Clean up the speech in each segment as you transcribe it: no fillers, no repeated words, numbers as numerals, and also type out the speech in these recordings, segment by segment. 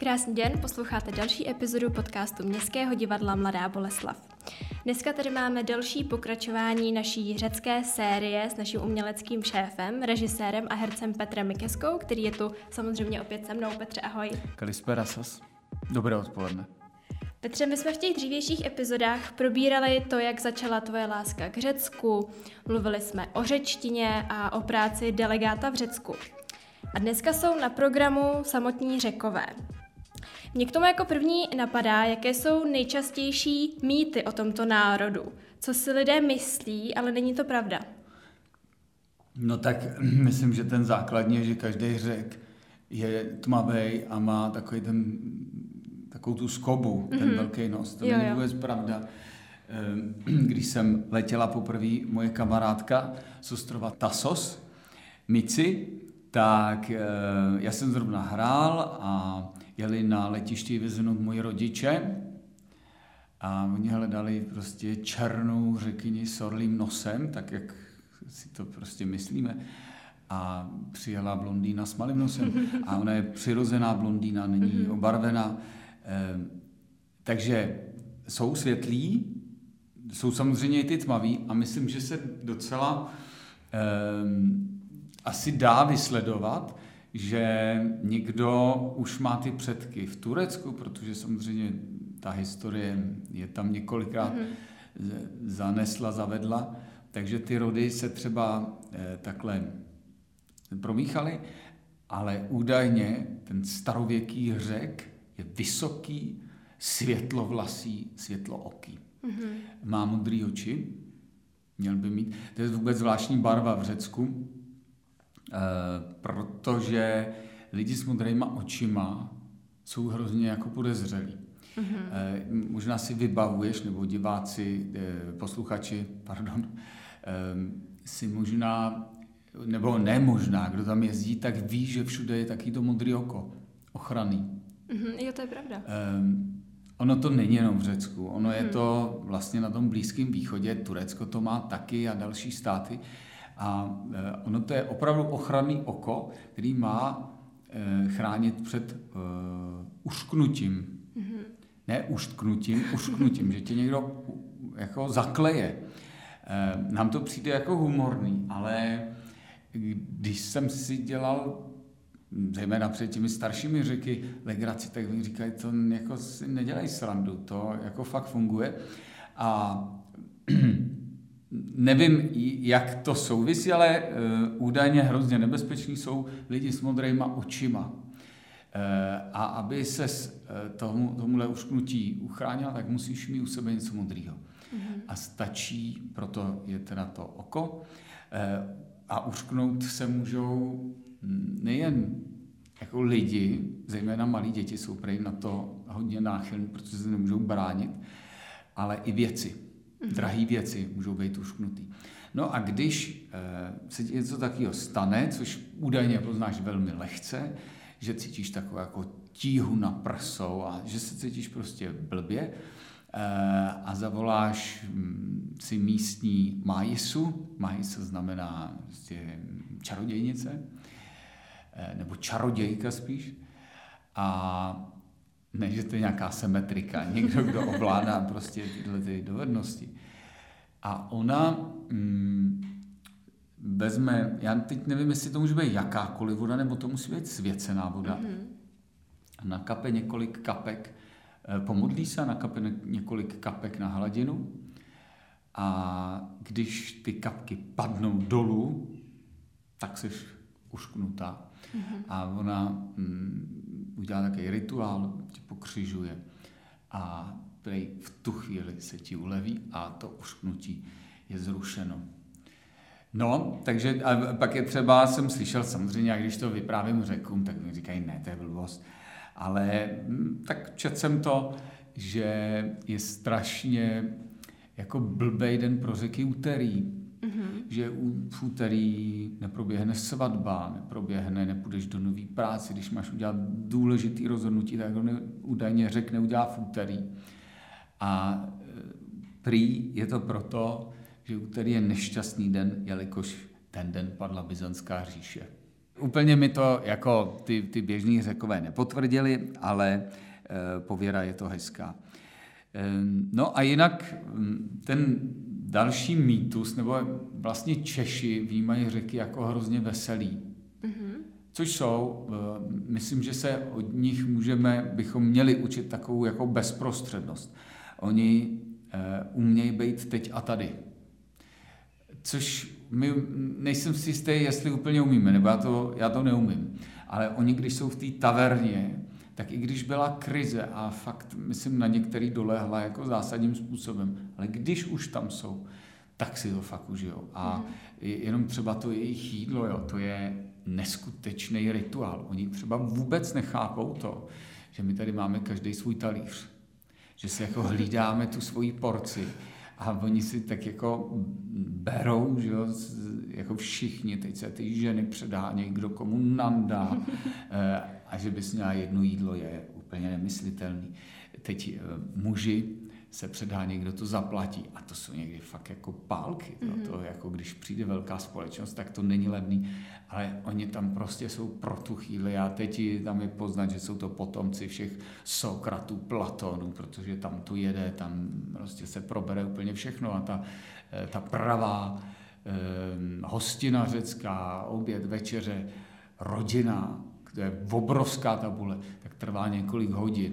Krásný den, posloucháte další epizodu podcastu Městského divadla Mladá Boleslav. Dneska tady máme další pokračování naší řecké série s naším uměleckým šéfem, režisérem a hercem Petrem Mikeskou, který je tu samozřejmě opět se mnou. Petře, ahoj. Kalispera sas. Dobré odpoledne. Petře, my jsme v těch dřívějších epizodách probírali to, jak začala tvoje láska k Řecku, mluvili jsme o řečtině a o práci delegáta v Řecku. A dneska jsou na programu samotní Řekové. Mě k tomu jako první napadá, jaké jsou nejčastější mýty o tomto národu. Co si lidé myslí, ale není to pravda. No tak myslím, že ten základní je, že každý Řek je tmavý a má takovou tu skobu, ten velký nos. To není vůbec pravda. Když jsem letěla poprvé moje kamarádka z ostrova Tassos, Mici, tak já jsem zrovna hrál a jeli na letišti vyzvednout moji rodiče a oni hledali prostě černou Řekyni s orlým nosem, tak jak si to prostě myslíme. A přijela blondýna s malým nosem a ona je přirozená blondýna, není obarvená. Takže jsou světlí, jsou samozřejmě i ty tmaví a myslím, že se docela asi dá vysledovat, že někdo už má ty předky v Turecku, protože samozřejmě ta historie je tam několikrát zanesla, zavedla, takže ty rody se třeba takhle promíchaly, ale údajně ten starověký Řek je vysoký, světlovlasý, světlooký. Má modrý oči, měl by mít. To je vůbec zvláštní barva v Řecku, protože lidi s modrýma očima jsou hrozně jako podezřelí. Možná si vybavuješ, nebo diváci, posluchači, si možná, nebo nemožná, kdo tam jezdí, tak ví, že všude je taky to modrý oko, ochranný. Jo, to je pravda. Ono to není jenom v Řecku, ono je to vlastně na tom Blízkém východě, Turecko to má taky a další státy. A ono to je opravdu ochranný oko, který má chránit před ušknutím. Ne uštknutím, ušknutím, že tě někdo jako zakleje. Nám to přijde jako humorný, ale když jsem si dělal, zejména před těmi staršími Řeky, legraci, tak mi říkají, to jako si nedělej srandu, to jako fakt funguje. A nevím, jak to souvisí, ale údajně hrozně nebezpeční jsou lidi s modrýma očima. A aby se tomuhle ušknutí uchránila, tak musíš mít u sebe něco modrýho. A stačí, proto je teda to oko. A ušknout se můžou nejen jako lidi, zejména malí děti jsou prej na to hodně náchylní, protože se nemůžou bránit, ale i věci. Drahé věci můžou být ušknutý. No a když se ti něco takového stane, což údajně poznáš velmi lehce, že cítíš takovou jako tíhu na prsou a že se cítíš prostě blbě a zavoláš si místní májisu. Májisa znamená prostě čarodějnice, nebo čarodějka spíš. A ne, že to je nějaká symetrika, někdo, kdo ovládá prostě tyhle ty dovednosti. A ona vezme, já teď nevím, jestli to může být jakákoliv voda, nebo to musí být svěcená voda. Nakape několik kapek, pomodlí se a nakape několik kapek na hladinu. A když ty kapky padnou dolů, tak jsi ušknutá. A ona udělá takový rituál, tě pokřižuje a v tu chvíli se ti uleví a to ušknutí je zrušeno. No, takže a pak je třeba, jsem slyšel samozřejmě, a když to vyprávím Řekům, tak mi říkají, ne, to je blbost. Ale tak četl jsem to, že je strašně jako blbej den pro Řeky úterý. Že v úterý neproběhne svatba, nepůjdeš do nový práce, když máš udělat důležitý rozhodnutí, tak ho údajně Řek neudělá v úterý. A prý je to proto, že úterý je nešťastný den, jelikož ten den padla Byzantská říše. Úplně mi to jako ty běžní Řekové nepotvrdili, ale pověra je to hezká. No a jinak ten další mýtus, nebo vlastně Češi vnímají Řeky jako hrozně veselý. Což jsou, myslím, že se od nich bychom měli učit takovou jako bezprostřednost. Oni umějí být teď a tady. Což my nejsem si jistý, jestli úplně umíme, nebo já to neumím. Ale oni, když jsou v té taverně, tak i když byla krize a fakt, myslím, na některý dolehla jako zásadním způsobem, ale když už tam jsou, tak si to fakt užijou. A jenom třeba to jejich jídlo, jo, to je neskutečný rituál. Oni třeba vůbec nechápou to, že my tady máme každý svůj talíř. Že si jako hlídáme tu svoji porci a oni si tak jako berou, že jo, jako všichni, teď se ty ženy předhánějí, kdo komu nandá a že bys měla jedno jídlo je úplně nemyslitelný. Teď muži se předhánějí, kdo to zaplatí a to jsou někdy fakt jako pálky. To jako když přijde velká společnost, tak to není levný, ale oni tam prostě jsou pro tu chvíli a teď tam je poznat, že jsou to potomci všech Sokratů, Platonů, protože tam to jede, tam prostě se probere úplně všechno a ta pravá hostina řecká, oběd, večeře, rodina, to je obrovská tabule, tak trvá několik hodin.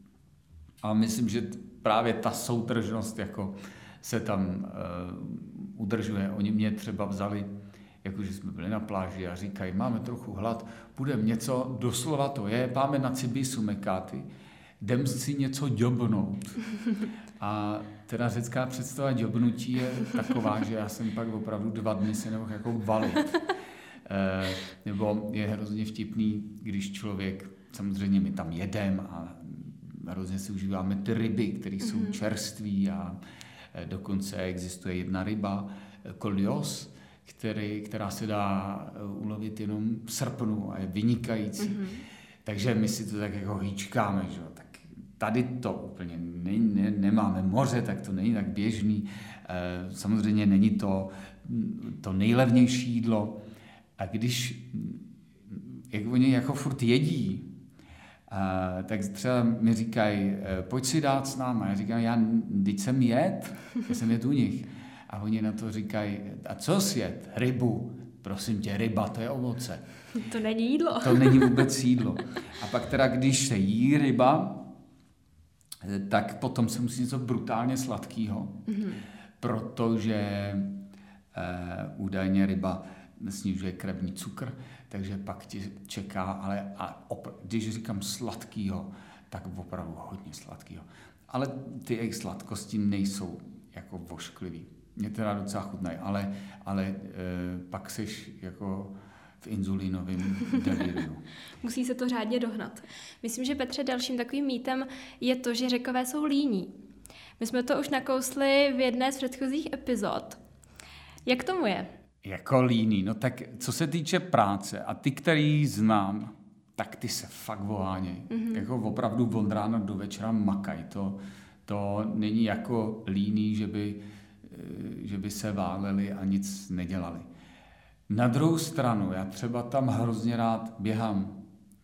A myslím, že právě ta soudržnost jako se tam udržuje. Oni mě třeba vzali, jakože jsme byli na pláži a říkají, máme trochu hlad, půjdeme něco, doslova to je, máme na Cibisu Mekáty, jdem si něco ďobnout. A teda řecká představa ďobnutí je taková, že já jsem pak opravdu 2 dny se nemohl jako valit. Nebo je hrozně vtipný, když člověk, samozřejmě my tam jedem a hrozně si užíváme ty ryby, které jsou čerství a dokonce existuje jedna ryba, kolios, která se dá ulovit jenom v srpnu a je vynikající. Takže my si to tak jako hýčkáme, že? Tak tady to úplně nemáme moře, tak to není tak běžný. Samozřejmě není to nejlevnější jídlo. A když jak oni jako furt jedí, tak třeba mi říkají, pojď si dát s náma. Já říkám, teď jsem jet u nich. A oni na to říkají, a co sjet? Rybu. Prosím tě, ryba, to je ovoce. To není jídlo. To není vůbec jídlo. A pak teda, když se jí ryba, tak potom se musí něco brutálně sladkého, protože údajně ryba snižuje krevní cukr, takže pak ti čeká, když říkám sladkýho, tak opravdu hodně sladkýho. Ale ty jejich sladkosti nejsou jako vošklivý. Mě teda docela chutnají, ale pak seš jako v inzulínovém deliriu. Musí se to řádně dohnat. Myslím, že Petře, dalším takovým mýtem je to, že Řekové jsou líní. My jsme to už nakousli v jedné z předchozích epizod. Jak tomu je? Jako líný, no tak co se týče práce a ty, který znám, tak ty se fakt vohánějí. Jako opravdu od rána do večera makají. To není jako líný, že by se váleli a nic nedělali. Na druhou stranu, já třeba tam hrozně rád běhám.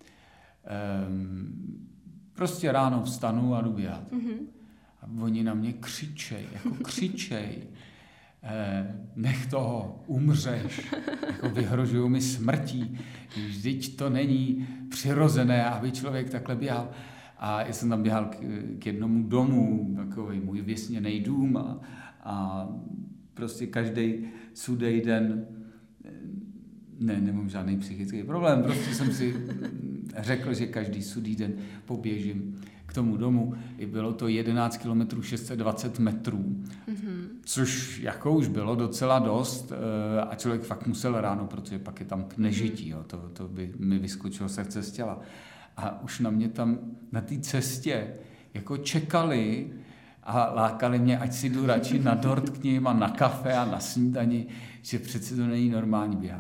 Prostě ráno vstanu a jdu běhat. A oni na mě křičej. Nech toho, umřeš, jako vyhrožují mi smrtí, vždyť to není přirozené, aby člověk takhle běhal. A já jsem tam běhal k jednomu domu, takový můj vysněný dům a prostě každý sudej den, nemám žádný psychický problém, prostě jsem si řekl, že každý sudý den poběžím k tomu domu. I bylo to 11 km 620 metrů, což jako už bylo docela dost a člověk fakt musel ráno, protože pak je tam k nežití, jo. To by mi vyskočilo srdce z těla. A už na mě tam na té cestě jako čekali a lákali mě, ať si jdu radši na dort k ním a na kafe a na snídani, že přece to není normální běhat.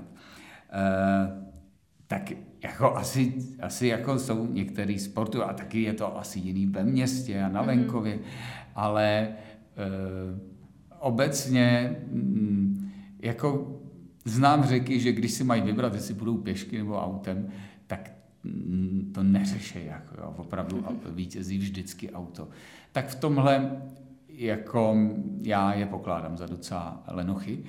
Tak jako asi jako jsou některý sporty a taky je to asi jiný ve městě a na venkově, ale obecně jako znám řeky, že když si mají vybrat, jestli budou pěšky nebo autem, tak to neřeší, jako jo, opravdu vítězí vždycky auto. Tak v tomhle jako já je pokládám za docela lenochy.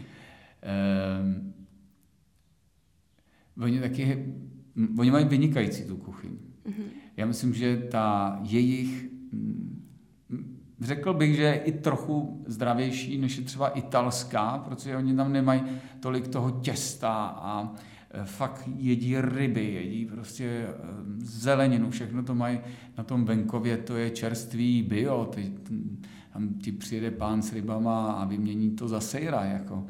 Oni mají vynikající tu kuchyň. Já myslím, že ta jejich, řekl bych, že je i trochu zdravější, než je třeba italská, protože oni tam nemají tolik toho těsta a fakt jedí ryby, jedí prostě zeleninu, všechno to mají na tom venkově, to je čerstvý bio, tam ti přijede pán s rybama a vymění to za sejra, jako.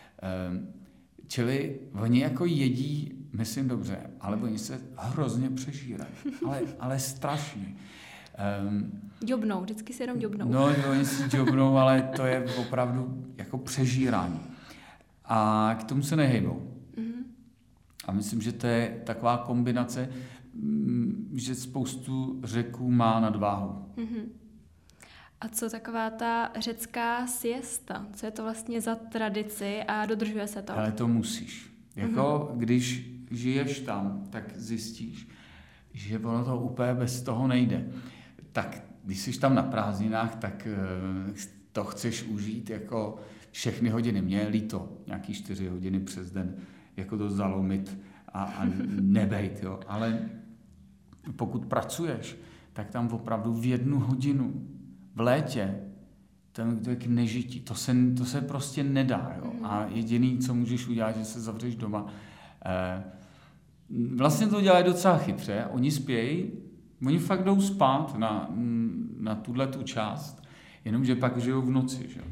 Čili oni jako jedí, myslím dobře, ale oni se hrozně přežírají, ale strašně. Ďobnou, vždycky si jenom ďobnou. No, oni si ďobnou, ale to je opravdu jako přežírání. A k tomu se nehejbou. A myslím, že to je taková kombinace, že spoustu Řeků má nadváhu. A co taková ta řecká siesta? Co je to vlastně za tradici a dodržuje se to? Ale to musíš. Jako když žiješ tam, tak zjistíš, že ono to úplně bez toho nejde. Tak když jsi tam na prázdninách, tak to chceš užít jako všechny hodiny. Mně je líto nějaký 4 hodiny přes den jako to zalomit a nebejt, jo. Ale pokud pracuješ, tak tam opravdu v 1 hodinu v létě to je k nežití. To se prostě nedá, jo. A jediný, co můžeš udělat, že se zavřeš doma. Vlastně to dělají docela chytře. Oni spějí, oni fakt jdou spát na tuhletu část, jenomže pak žijou v noci, že?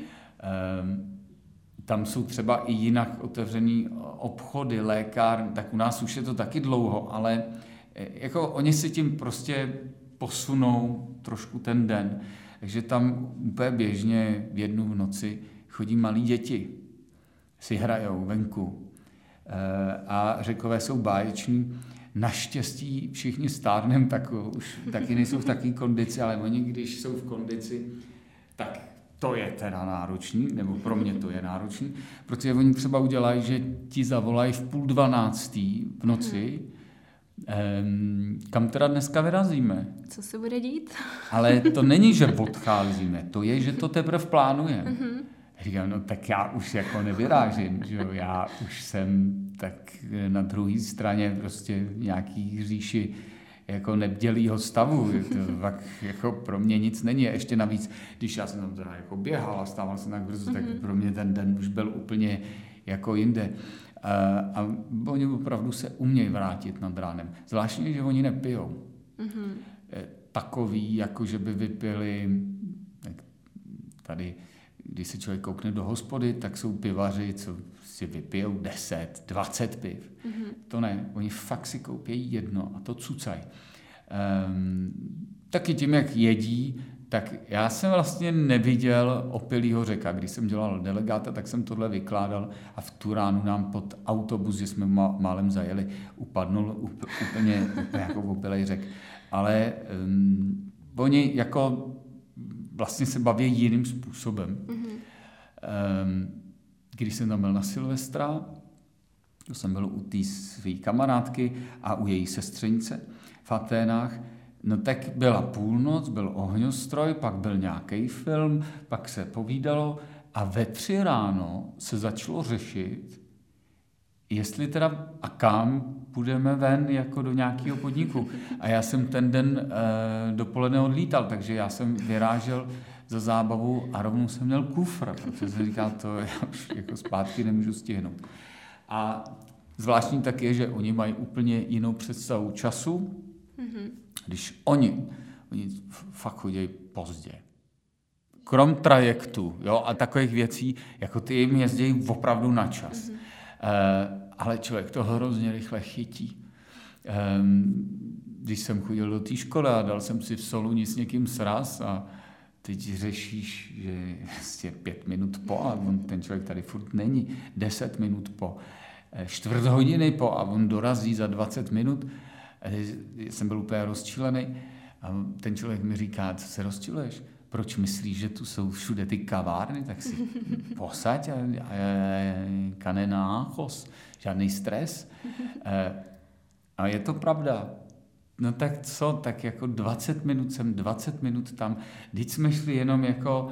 Tam jsou třeba i jinak otevřený obchody, lékárny, tak u nás už je to taky dlouho, ale jako oni si tím prostě posunou trošku ten den. Takže tam úplně běžně v 1 v noci chodí malí děti, si hrajou venku. A Řekové jsou báječní. Naštěstí všichni stárnem, tak už taky nejsou v takové kondici, ale oni, když jsou v kondici, tak to je teda náročný, nebo pro mě to je náročný, protože oni třeba udělají, že ti zavolají v 11:30 v noci, kam teda dneska vyrazíme. Co se bude dít? Ale to není, že odcházíme, to je, že to teprve plánujeme. Říkám, no tak já už jako nevyrážím, že jo, já už jsem tak na druhé straně prostě nějaký říši jako nebdělýho stavu, to tak jako pro mě nic není. Ještě navíc, když já jsem tam teda jako běhal a stával jsem tak brzo, tak pro mě ten den už byl úplně jako jinde. A oni opravdu se umějí vrátit nad ránem. Zvláštně, že oni nepijou. Takový, jako že by vypili, tady, když se člověk koukne do hospody, tak jsou pivaři, co si vypijou 10, 20 piv. To ne, oni fakt si koupějí 1 a to cucají. Taky tím, jak jedí, tak já jsem vlastně neviděl opilýho Řeka. Když jsem dělal delegáta, tak jsem tohle vykládal a v tu ránu nám pod autobus, že jsme málem zajeli, upadnul úplně jako opilej Řek. Ale oni jako vlastně se baví jiným způsobem. Když jsem tam byl na Silvestra, to jsem byl u té své kamarádky a u její sestřenice v Aténách, no tak byla půlnoc, byl ohňostroj, pak byl nějaký film, pak se povídalo a ve 3 ráno se začalo řešit, jestli teda a kam půjdeme ven jako do nějakého podniku. A já jsem ten den dopoledne odlítal, takže já jsem vyrážel za zábavu a rovnou jsem měl kufr, protože jsem říkal, to já už jako zpátky nemůžu stihnout. A zvláštní tak je, že oni mají úplně jinou představu času, když oni fakt chodí pozdě. Krom trajektu, jo, a takových věcí, jako ty jim jezdí opravdu na čas. Ale člověk to hrozně rychle chytí. Když jsem chodil do té školy a dal jsem si v Soluni s někým sraz a teď řešíš, že je vlastně 5 minut po a ten člověk tady furt není, 10 minut po, 4 hodiny po a on dorazí za 20 minut. Jsem byl úplně rozčilený a ten člověk mi říká, co se rozčiluješ? proč myslíš, že tu jsou všude ty kavárny, tak si posaď a keine náchos, žádný stres. A je to pravda. No tak co, tak jako 20 minut sem, 20 minut tam. Vždyť jsme šli jenom jako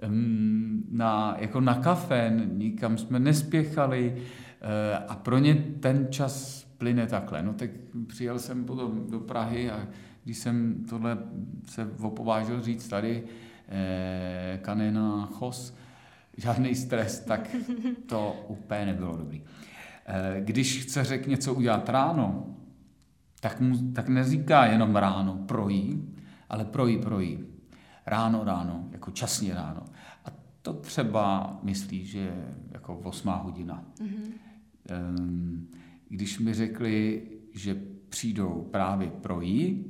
na kafe, nikam jsme nespěchali a pro ně ten čas plyne takhle. No tak přijel jsem potom do Prahy a když jsem tohle se opovážil říct tady, keine náchos, žádný stres, tak to úplně nebylo dobrý. Když chce řek něco udělat ráno, tak neříká jenom ráno projí, ale projí. Ráno, jako časně ráno. A to třeba myslí, že je jako 8 hodina. Když mi řekli, že přijdou právě projí,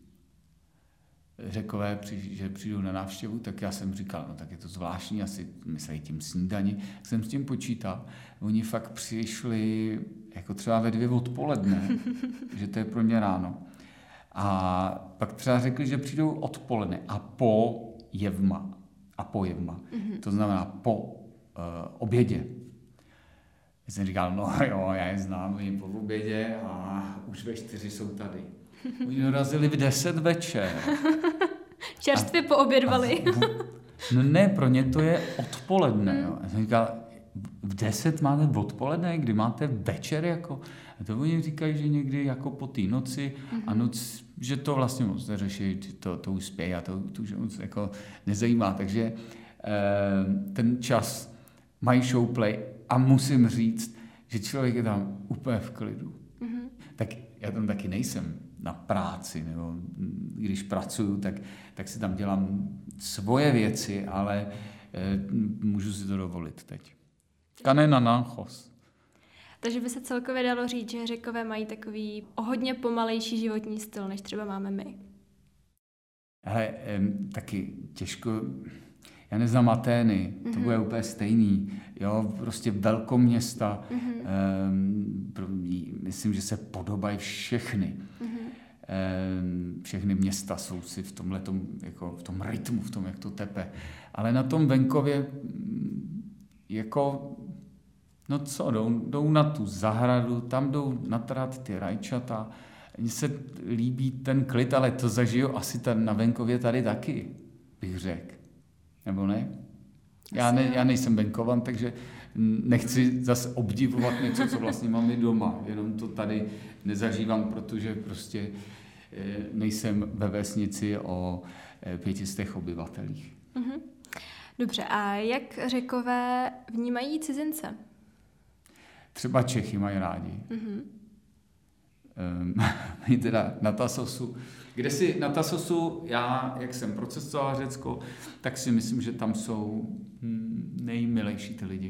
Řekové, že přijdou na návštěvu, tak já jsem říkal, no tak je to zvláštní, asi mysleli tím snídani, jsem s tím počítal. Oni fakt přišli jako třeba ve 2 odpoledne, že to je pro ně ráno. A pak třeba řekli, že přijdou odpoledne a po jevma. To znamená po obědě. Já jsem říkal, no jo, já je znám, oni po obědě a už ve 4 jsou tady. Oni dorazili v 10 večer. Čerstvě poobědvali. No ne, pro ně to je odpoledne. Jo. Já jsem říkal, v 10 máte odpoledne, kdy máte večer jako. A to oni říkají, že někdy jako po té noci a noc, že to vlastně moc neřeší, to uspějí a to už moc jako nezajímá. Takže ten čas mají showplay a musím říct, že člověk je tam úplně v klidu. Tak já tam taky nejsem na práci, nebo když pracuju, tak si tam dělám svoje věci, ale můžu si to dovolit teď. Keine náchos. Takže by se celkově dalo říct, že Řekové mají takový o hodně pomalejší životní styl, než třeba máme my. Ale taky těžko, já neznám Atény, to bude úplně stejný, jo, prostě velkoměsta, myslím, že se podobají všechny. Všechny města jsou si v tomhletom, jako v tom rytmu, v tom, jak to tepe. Ale na tom venkově jako, no co, jdou na tu zahradu, tam jdou natrat ty rajčata. Mně se líbí ten klid, ale to zažiju asi na venkově tady taky, bych řekl. Nebo ne? Já nejsem venkovan, takže nechci zase obdivovat něco, co vlastně mám i doma. Jenom to tady nezažívám, protože prostě nejsem ve vesnici o 500 obyvatelích. Dobře, a jak Řekové vnímají cizince? Třeba Čechy mají rádi. Teda na Tasosu. Na Tasosu, já, jak jsem procesoval Řecko, tak si myslím, že tam jsou nejmilejší ty lidi.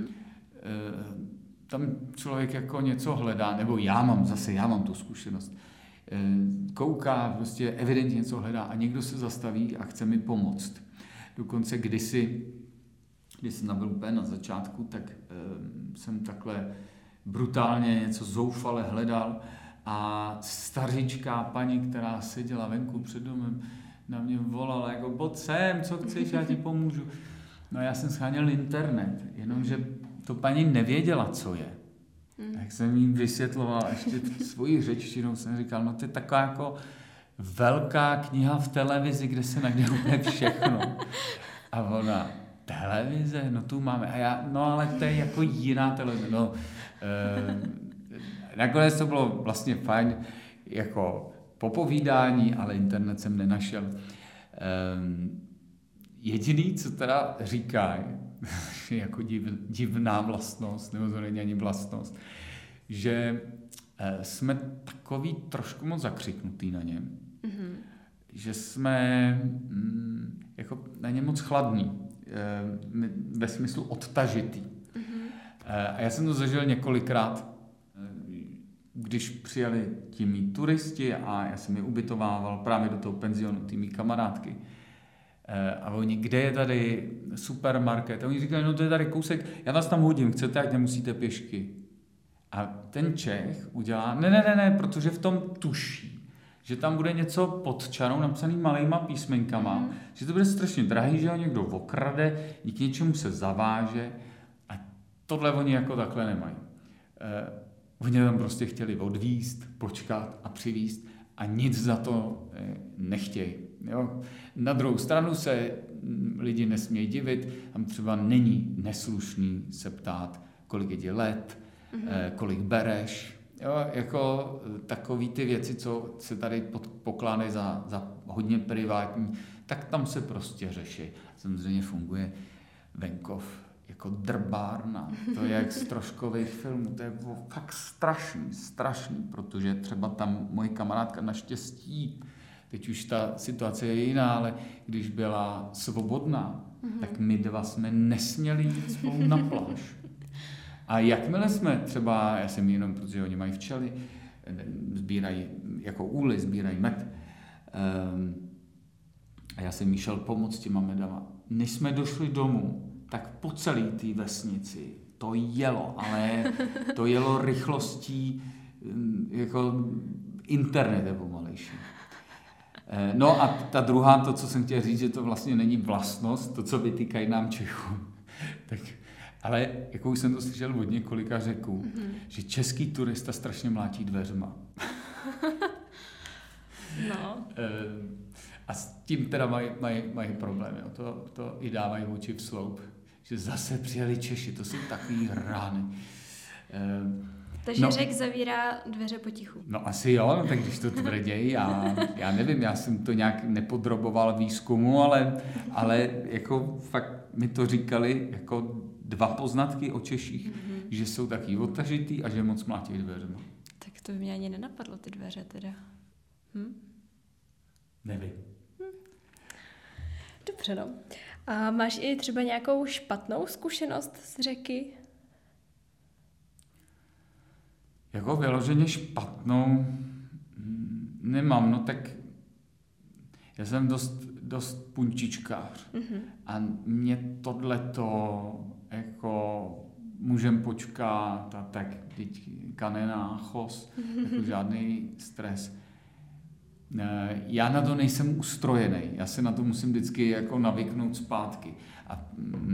Tam člověk jako něco hledá, nebo já mám tu zkušenost. Kouká, prostě evidentně něco hledá a někdo se zastaví a chce mi pomoct. Dokonce když jsem nabyl úplně na začátku, tak jsem takhle brutálně něco zoufale hledal a stařičká paní, která seděla venku před domem, na mě volala jako pojď sem, co chceš, já ti pomůžu. No já jsem sháněl internet, jenomže to paní nevěděla, co je. Tak jsem jí vysvětloval ještě svojí řečtinou, jsem říkal, no to je taková jako velká kniha v televizi, kde se najde úplně všechno. A ona, televize, no tu máme. A já, no ale to je jako jiná televize. No, nakonec to bylo vlastně fajn jako popovídání, ale internet jsem nenašel. Jediný, co teda říkají, jako divná vlastnost, nebo to není ani vlastnost, že jsme takový trošku moc zakřiknutý na něm. Že jsme jako na něm moc chladní, ve smyslu odtažitý. A já jsem to zažil několikrát, když přijeli ti mý turisti a já jsem je ubytovával právě do toho penzionu, ty mý kamarádky. A oni, kde je tady supermarket? A oni říkali, no to je tady kousek, já vás tam hodím, chcete, ať nemusíte pěšky. A ten Čech udělá, ne, protože v tom tuší, že tam bude něco pod čarou napsaný malejma písmenkama, že to bude strašně drahý, že ho někdo okrade, k něčemu se zaváže a tohle oni jako takhle nemají. Oni tam prostě chtěli odvízt, počkat a přivízt a nic za to nechtějí. Jo? Na druhou stranu se lidi nesmějí divit, tam třeba není neslušný se ptát, kolik je ti let, kolik bereš, jo? Jako takový ty věci, co se tady pokládají za hodně privátní, tak tam se prostě řeší. Samozřejmě funguje venkov jako drbárna, to je jak z troškových filmů, to je fakt strašný, protože třeba tam moje kamarádka naštěstí, teď už ta situace je jiná, ale když byla svobodná, tak my dva jsme nesměli jít spolu na pláž. A jakmile jsme třeba, já jsem jenom, protože oni mají včely, sbírají jako úly, sbírají med, a já jsem jí šel pomoct těma medama. Než jsme došli domů, tak po celé té vesnici to jelo, ale to jelo rychlostí, jako internet je pomalejší. No a ta druhá, to, co jsem chtěl říct, že to vlastně není vlastnost, to, co vytýkají nám Čechům. Tak, ale jako už jsem to slyšel od několika Řeků, že český turista strašně mlátí dveřma. No. A s tím teda mají problém. Jo. To i dávají oči v sloup. Že zase přijeli Češi, to jsou takový rány. Takže Řek zavírá dveře potichu. No asi jo, no, tak když to tvrději, já nevím, já jsem to nějak nepodroboval výzkumu, ale jako fakt mi to říkali jako 2 poznatky o Češích, že jsou taky odtažitý a že moc mlátí dveřma. Tak to by mě ani nenapadlo, ty dveře teda. Nevím. Dobře, no. A máš i třeba nějakou špatnou zkušenost z Řeky? Jako vyloženě špatnou nemám, no tak já jsem dost punčičkář a mě tohleto jako můžem počkat a tak teďka nenáchos, jako žádný stres. Já na to nejsem ustrojený, já se na to musím vždycky jako navyknout zpátky. A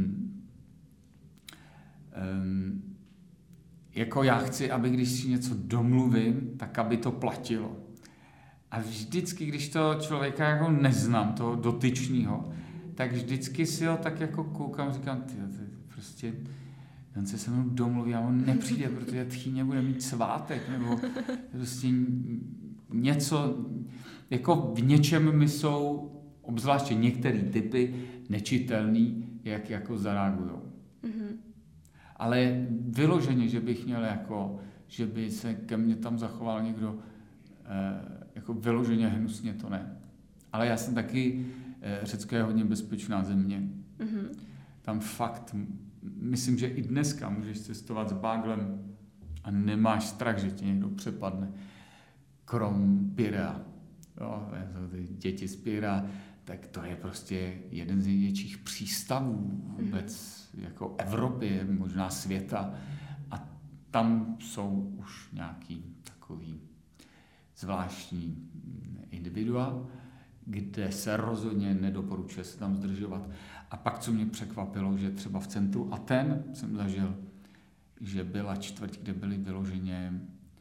jako já chci, aby když si něco domluvím, tak aby to platilo. A vždycky, když toho člověka jako neznám, toho dotyčného, tak vždycky si ho tak jako koukám, říkám, prostě on se se mnou domluví a on nepřijde, protože tchýně bude mít svátek, nebo prostě něco, jako v něčem mi jsou, obzvláště některé typy, nečitelný, jak jako zareagujou. Ale vyloženě, že bych měl jako, že by se ke mně tam zachoval někdo jako vyloženě hnusně, to ne. Ale já jsem taky, Řecko je hodně bezpečná země. Tam fakt, myslím, že i dneska můžeš cestovat s báglem a nemáš strach, že tě někdo přepadne. Krom Pirea. Jo, ty děti z Pirea, tak to je prostě jeden z největších přístavů vůbec jako Evropy, možná světa. A tam jsou už nějaký takový zvláštní individua, kde se rozhodně nedoporučuje se tam zdržovat. A pak, co mě překvapilo, že třeba v centru Aten jsem zažil, že byla čtvrť, kde byly vyloženě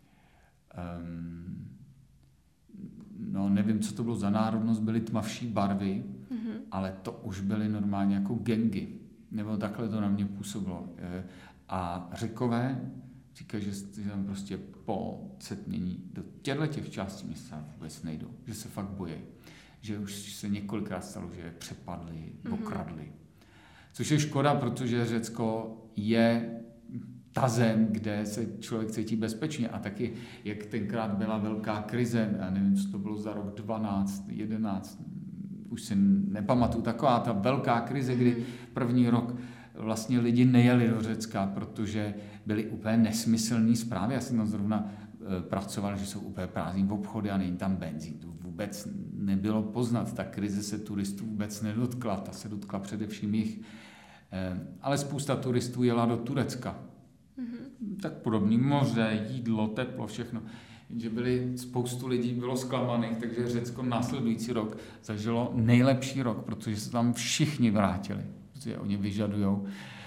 no nevím, co to bylo za národnost, byly tmavší barvy, ale to už byly normálně jako gangy. Nebo takhle to na mě působilo. A Řekové říkají, že tam prostě po setmění do těch částí města vůbec nejdou. Že se fakt bojí. Že už se několikrát stalo, že je přepadli, okradli. Což je škoda, protože Řecko je ta zem, kde se člověk cítí bezpečně. A taky, jak tenkrát byla velká krize, já nevím, co to bylo za rok 12, 11, už si nepamatuju, taková ta velká krize, kdy první rok vlastně lidi nejeli do Řecka, protože byly úplně nesmyslné zprávy. Já jsem tam zrovna pracoval, že jsou úplně prázdný obchody a není tam benzín. To vůbec nebylo poznat. Ta krize se turistů vůbec nedotkla. Ta se dotkla především jich. Ale spousta turistů jela do Turecka. Tak podobný moře, jídlo, teplo, všechno. Jenže spoustu lidí bylo zklamaných, takže Řecko následující rok zažilo nejlepší rok, protože se tam všichni vrátili. Protože oni vyžadují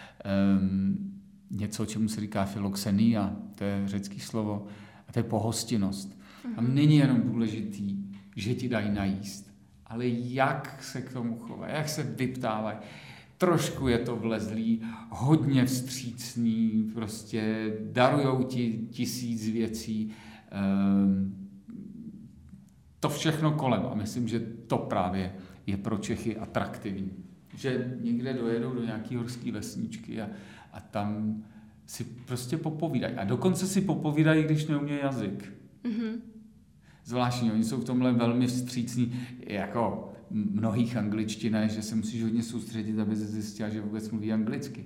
něco, čemu se říká filoxenia, to je řecký slovo, a to je pohostinnost. Tam není jenom důležitý, že ti dají najíst, ale jak se k tomu chovají, jak se vyptávají. Trošku je to vlezlý, hodně vstřícný, prostě darujou ti 1000 věcí, to všechno kolem. A myslím, že to právě je pro Čechy atraktivní. Že někde dojedou do nějaký horský vesničky a tam si prostě popovídají. A dokonce si popovídají, když neumějí jazyk. Zvláštní, oni jsou v tomhle velmi vstřícní, jako mnohých angličtinách, že se musíš hodně soustředit, aby se zjistila, že vůbec mluví anglicky.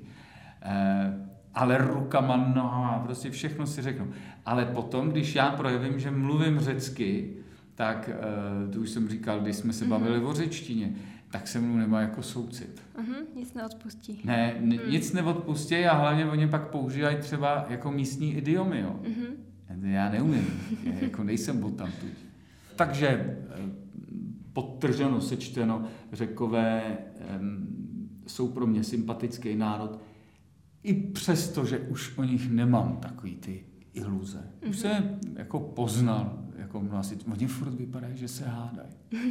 Ale rukama, nohama, prostě všechno si řeknu. Ale potom, když já projevím, že mluvím řecky, tak, to už jsem říkal, když jsme se bavili o řečtině, tak se mnou nemá jako soucit. Nic neodpustí. Ne, nic neodpustí a hlavně oni pak používají třeba jako místní idiomy, jo. Já neumím, já jako nejsem botamtud. Takže podtrženo, sečteno, Řekové jsou pro mě sympatický národ, i přesto, že už o nich nemám takový ty iluze. Už se jako poznal, jako mlásit. Oni furt vypadají, že se hádají.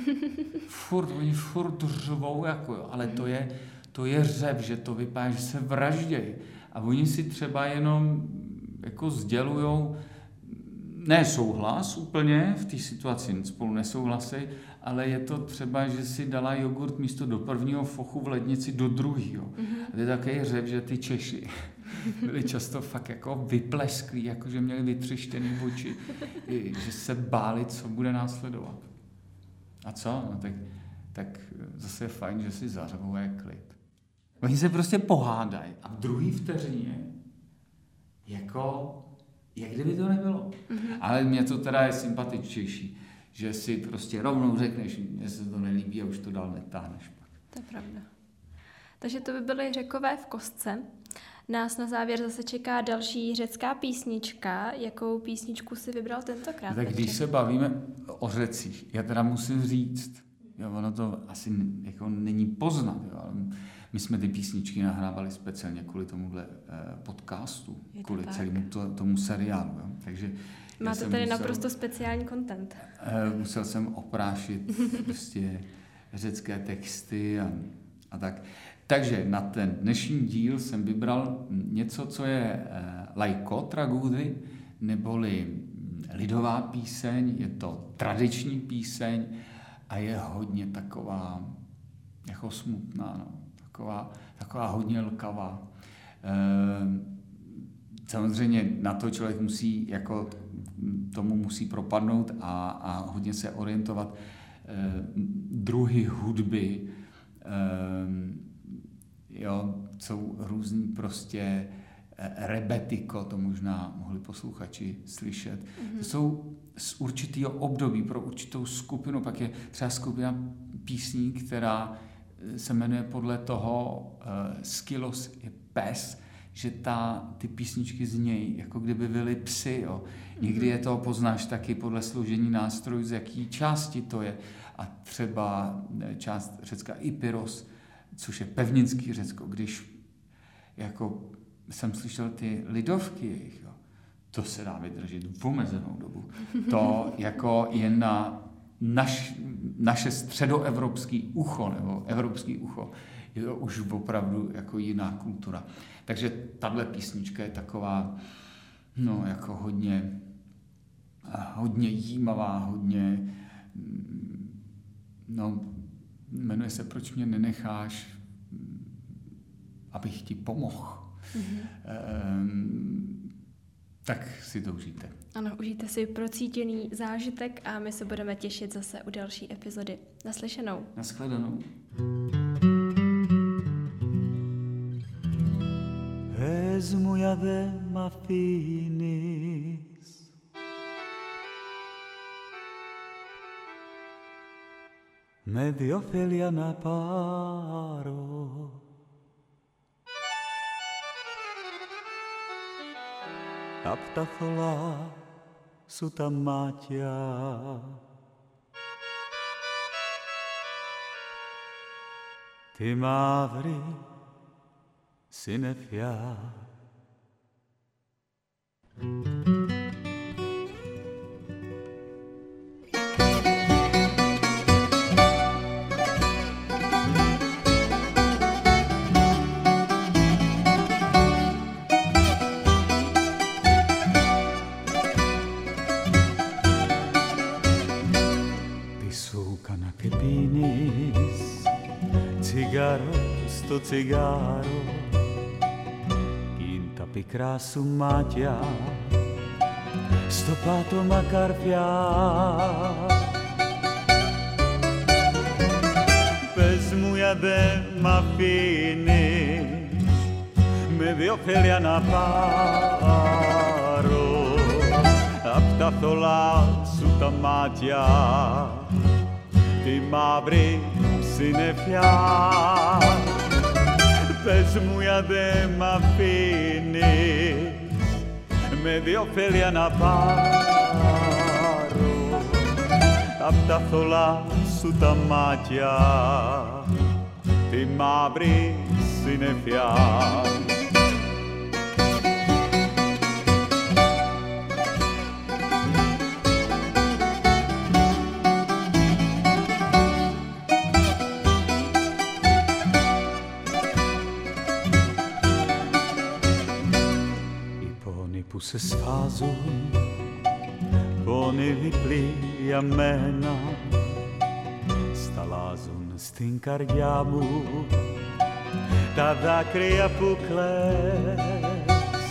Oni furt řvou, jako jo, ale to je řev, že to vypadá, že se vraždějí. A oni si třeba jenom jako sdělujou ne souhlas úplně, v té situaci spolu nesouhlasí, ale je to třeba, že si dala jogurt místo do prvního fochu v lednici do druhého. A to je takový řev, že ty Češi byli často fakt jako vyplesklí, jako že měli vytřeštěný oči, že se báli, co bude následovat. A co? No tak zase je fajn, že si zařvou a je klid. Oni se prostě pohádají a v druhý vteřině jako jak kdyby to nebylo. Ale mě to teda je sympatičtější, že si prostě rovnou řekneš, mně se to nelíbí a už to dál netáhneš pak. To je pravda. Takže to by byly Řekové v kostce. Nás na závěr zase čeká další řecká písnička. Jakou písničku si vybral tentokrát? Tak když se bavíme o Řecích, já teda musím říct, jo, ono to asi jako není poznat, jo, ale my jsme ty písničky nahrávali speciálně kvůli tomuhle podcastu, kvůli celému tomu seriálu. Jo. Takže máte tady naprosto speciální content. Musel jsem oprášit prostě řecké texty a tak. Takže na ten dnešní díl jsem vybral něco, co je laiko tragudy, neboli lidová píseň, je to tradiční píseň a je hodně taková jako smutná, no. Taková hodně lkavá. Samozřejmě na to člověk musí, jako tomu musí propadnout a hodně se orientovat. Druhy hudby, jo, jsou různý prostě rebetiko, to možná mohli posluchači slyšet. To jsou z určitého období pro určitou skupinu, pak je třeba skupina písní, která se jmenuje podle toho Skylos je pes, že ty písničky znějí, jako kdyby byly psy. Jo. Někdy je to poznáš taky podle složení nástrojů, z jaký části to je. A třeba část Řecka Epirus, což je pevninský Řecko, když jako jsem slyšel ty lidovky jejich, jo, to se dá vydržet v omezenou dobu. To jako je na naše středoevropský ucho, nebo evropský ucho, je to už opravdu jako jiná kultura. Takže tahle písnička je taková, no jako hodně jímavá, hodně, no jmenuje se Proč mě nenecháš, abych ti pomohl. Tak si to užijte. Ano, užijte si procítěný zážitek a my se budeme těšit zase u další epizody. Naslyšenou. Naschledanou. Πες μου για δε μ' αφήνεις με δυο θέλια να πάρω απ' τα θολά σου τα μάτια. Τη μαύρη συννεφιά. Στο τσιγάρο κι είναι τα πικρά σου μάτια στο πάτωμα καρφιά. Πες μου για δε μ' αφήνεις με δυο φέλια να πάρω απ' τα θολά σου τα μάτια τη μαύρη συννεφιά. Πες μου για δε μ' αφήνεις με δυο φέλια να πάρω απ' τα θολά σου τα μάτια τη μαύρη συννεφιά. Που σε σφάζουν πόνοι διπλοί για μένα σταλάζουν στην καρδιά μου τα δάκρυα που κλαις.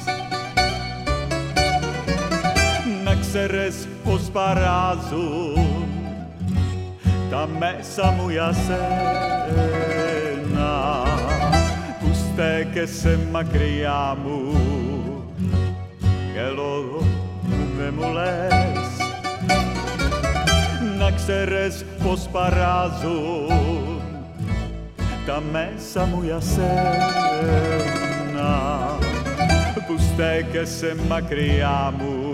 Να ξέρεις πως παράζουν τα μέσα μου για σένα που στέκεσαι μακριά μου και λόγο δε μου λες. Να ξέρεις πως παράζουν τα μέσα μου για σένα που στέκεσαι μακριά μου